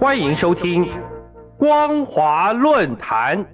欢迎收听光华论坛。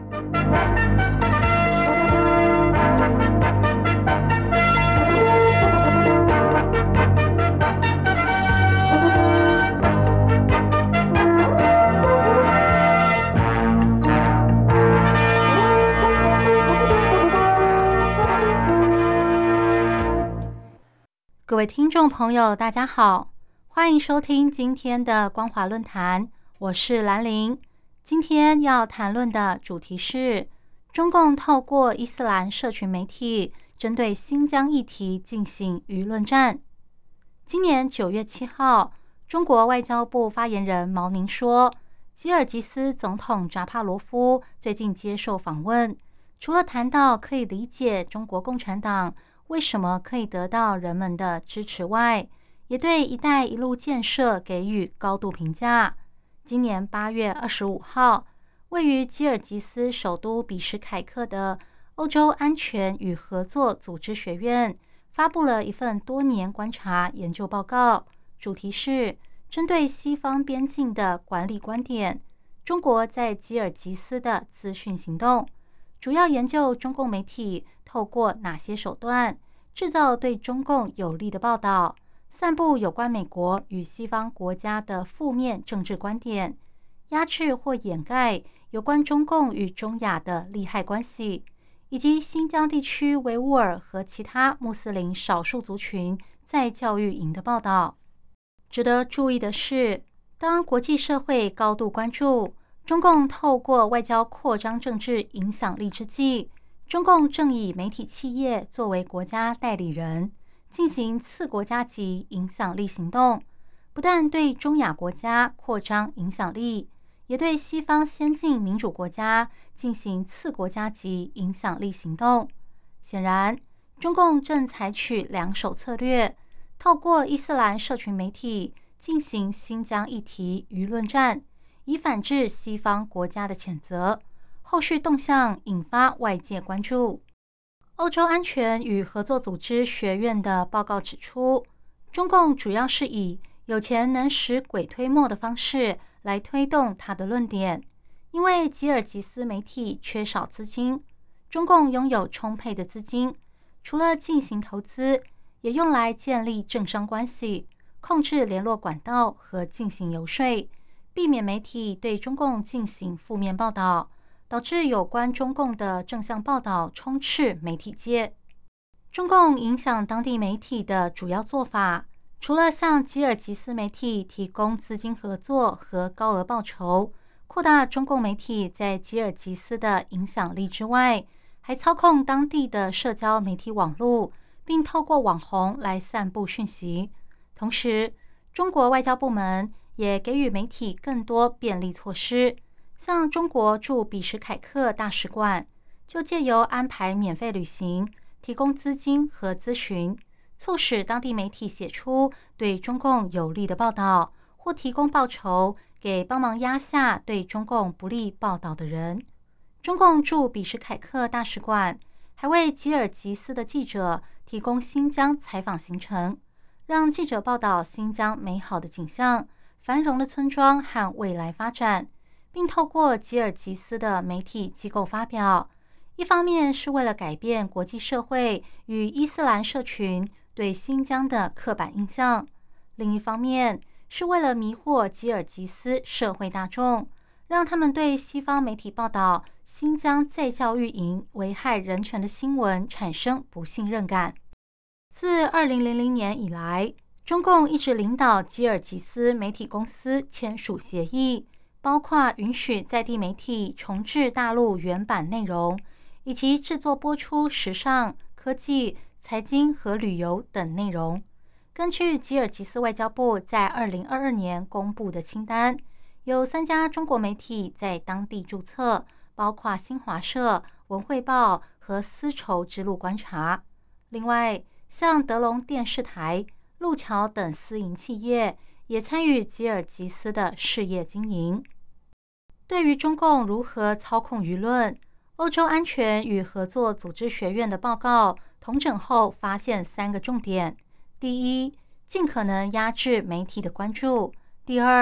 各位听众朋友，大家好，欢迎收听今天的光华论坛，我是兰玲。今天要谈论的主题是中共透过伊斯兰社群媒体针对新疆议题进行舆论战。今年9月7号，中国外交部发言人毛宁说，吉尔吉斯总统扎帕罗夫最近接受访问，除了谈到可以理解中国共产党为什么可以得到人们的支持外，也对“一带一路”建设给予高度评价。今年8月25号，位于吉尔吉斯首都比什凯克的欧洲安全与合作组织学院发布了一份多年观察研究报告，主题是针对西方边境的管理观点，中国在吉尔吉斯的资讯行动，主要研究中共媒体透过哪些手段制造对中共有利的报道，散布有关美国与西方国家的负面政治观点，压制或掩盖有关中共与中亚的利害关系，以及新疆地区维吾尔和其他穆斯林少数族群在教育营的报道。值得注意的是，当国际社会高度关注中共透过外交扩张政治影响力之际，中共正以媒体企业作为国家代理人，进行次国家级影响力行动，不但对中亚国家扩张影响力，也对西方先进民主国家进行次国家级影响力行动。显然，中共正采取两手策略，透过伊斯兰社群媒体进行新疆议题舆论战，以反制西方国家的谴责。后续动向引发外界关注。欧洲安全与合作组织学院的报告指出，中共主要是以有钱能使鬼推磨的方式来推动他的论点。因为吉尔吉斯媒体缺少资金，中共拥有充沛的资金，除了进行投资，也用来建立政商关系，控制联络管道和进行游说，避免媒体对中共进行负面报道，导致有关中共的正向报道充斥媒体界。中共影响当地媒体的主要做法，除了向吉尔吉斯媒体提供资金合作和高额报酬，扩大中共媒体在吉尔吉斯的影响力之外，还操控当地的社交媒体网络，并透过网红来散布讯息。同时，中国外交部门也给予媒体更多便利措施，像中国驻比什凯克大使馆就借由安排免费旅行，提供资金和咨询，促使当地媒体写出对中共有利的报道，或提供报酬给帮忙压下对中共不利报道的人。中共驻比什凯克大使馆还为吉尔吉斯的记者提供新疆采访行程，让记者报道新疆美好的景象、繁荣的村庄和未来发展，并透过吉尔吉斯的媒体机构发表，一方面是为了改变国际社会与伊斯兰社群对新疆的刻板印象，另一方面是为了迷惑吉尔吉斯社会大众，让他们对西方媒体报道新疆再教育营危害人权的新闻产生不信任感。自2000年以来，中共一直领导吉尔吉斯媒体公司签署协议，包括允许在地媒体重制大陆原版内容，以及制作播出时尚、科技、财经和旅游等内容。根据吉尔吉斯外交部在2022年公布的清单，有3家中国媒体在当地注册，包括新华社、文汇报和丝绸之路观察。另外，像德龙电视台、路桥等私营企业也参与吉尔吉斯的事业经营。对于中共如何操控舆论，欧洲安全与合作组织学院的报告统整后发现3个重点：第一，尽可能压制媒体的关注；第二，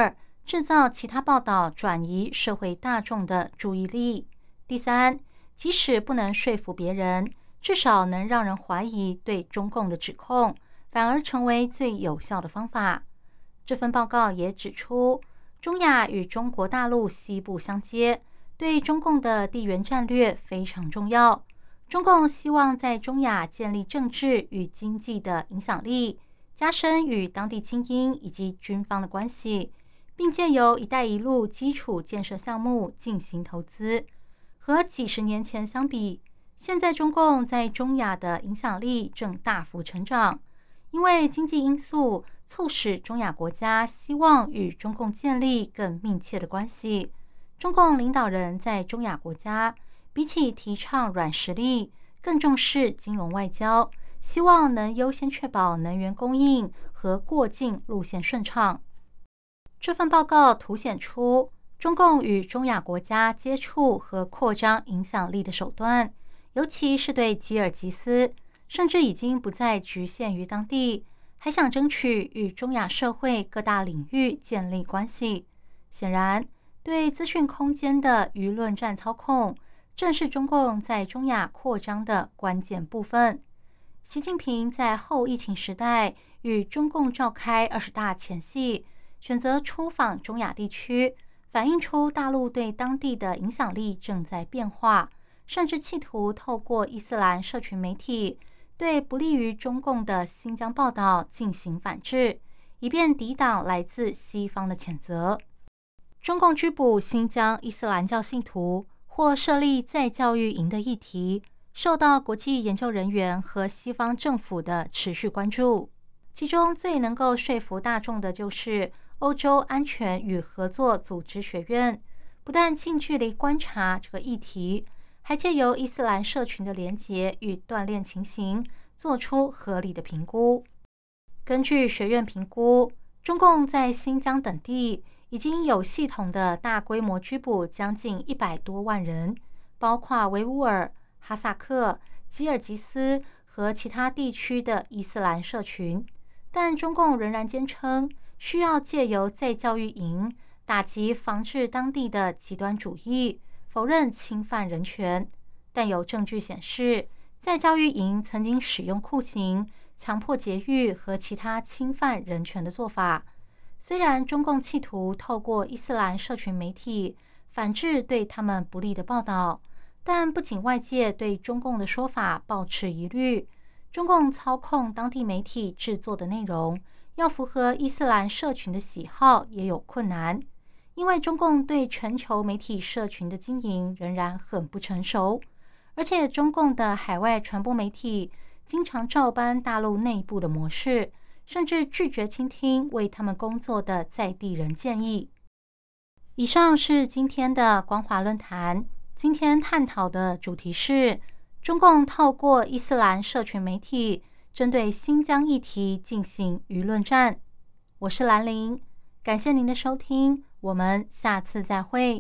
制造其他报道转移社会大众的注意力。第三，即使不能说服别人，至少能让人怀疑对中共的指控，反而成为最有效的方法。这份报告也指出，中亚与中国大陆西部相接，对中共的地缘战略非常重要。中共希望在中亚建立政治与经济的影响力，加深与当地精英以及军方的关系，并借由“一带一路”基础建设项目进行投资。和几十年前相比，现在中共在中亚的影响力正大幅成长，因为经济因素促使中亚国家希望与中共建立更密切的关系。中共领导人在中亚国家比起提倡软实力，更重视金融外交，希望能优先确保能源供应和过境路线顺畅。这份报告凸显出中共与中亚国家接触和扩张影响力的手段，尤其是对吉尔吉斯，甚至已经不再局限于当地，还想争取与中亚社会各大领域建立关系。显然，对资讯空间的舆论战操控，正是中共在中亚扩张的关键部分。习近平在后疫情时代与中共召开20大前夕，选择出访中亚地区，反映出大陆对当地的影响力正在变化，甚至企图透过伊斯兰社群媒体对不利于中共的新疆报道进行反制，以便抵挡来自西方的谴责。中共拘捕新疆伊斯兰教信徒或设立再教育营的议题，受到国际研究人员和西方政府的持续关注。其中最能够说服大众的就是欧洲安全与合作组织学院，不但近距离观察这个议题，还借由伊斯兰社群的连结与锻炼情形，做出合理的评估。根据学院评估，中共在新疆等地已经有系统的大规模拘捕将近100多万人，包括维吾尔、哈萨克、吉尔吉斯和其他地区的伊斯兰社群，但中共仍然坚称需要借由再教育营打击防治当地的极端主义，否认侵犯人权。但有证据显示，再教育营曾经使用酷刑、强迫劫狱和其他侵犯人权的做法。虽然中共企图透过伊斯兰社群媒体反制对他们不利的报道，但不仅外界对中共的说法抱持疑虑，中共操控当地媒体制作的内容要符合伊斯兰社群的喜好也有困难，因为中共对全球媒体社群的经营仍然很不成熟，而且中共的海外传播媒体经常照搬大陆内部的模式，甚至拒绝倾听为他们工作的在地人建议。以上是今天的光华论坛，今天探讨的主题是中共透过伊斯兰社群媒体针对新疆议题进行舆论战。我是兰玲，感谢您的收听，我们下次再会。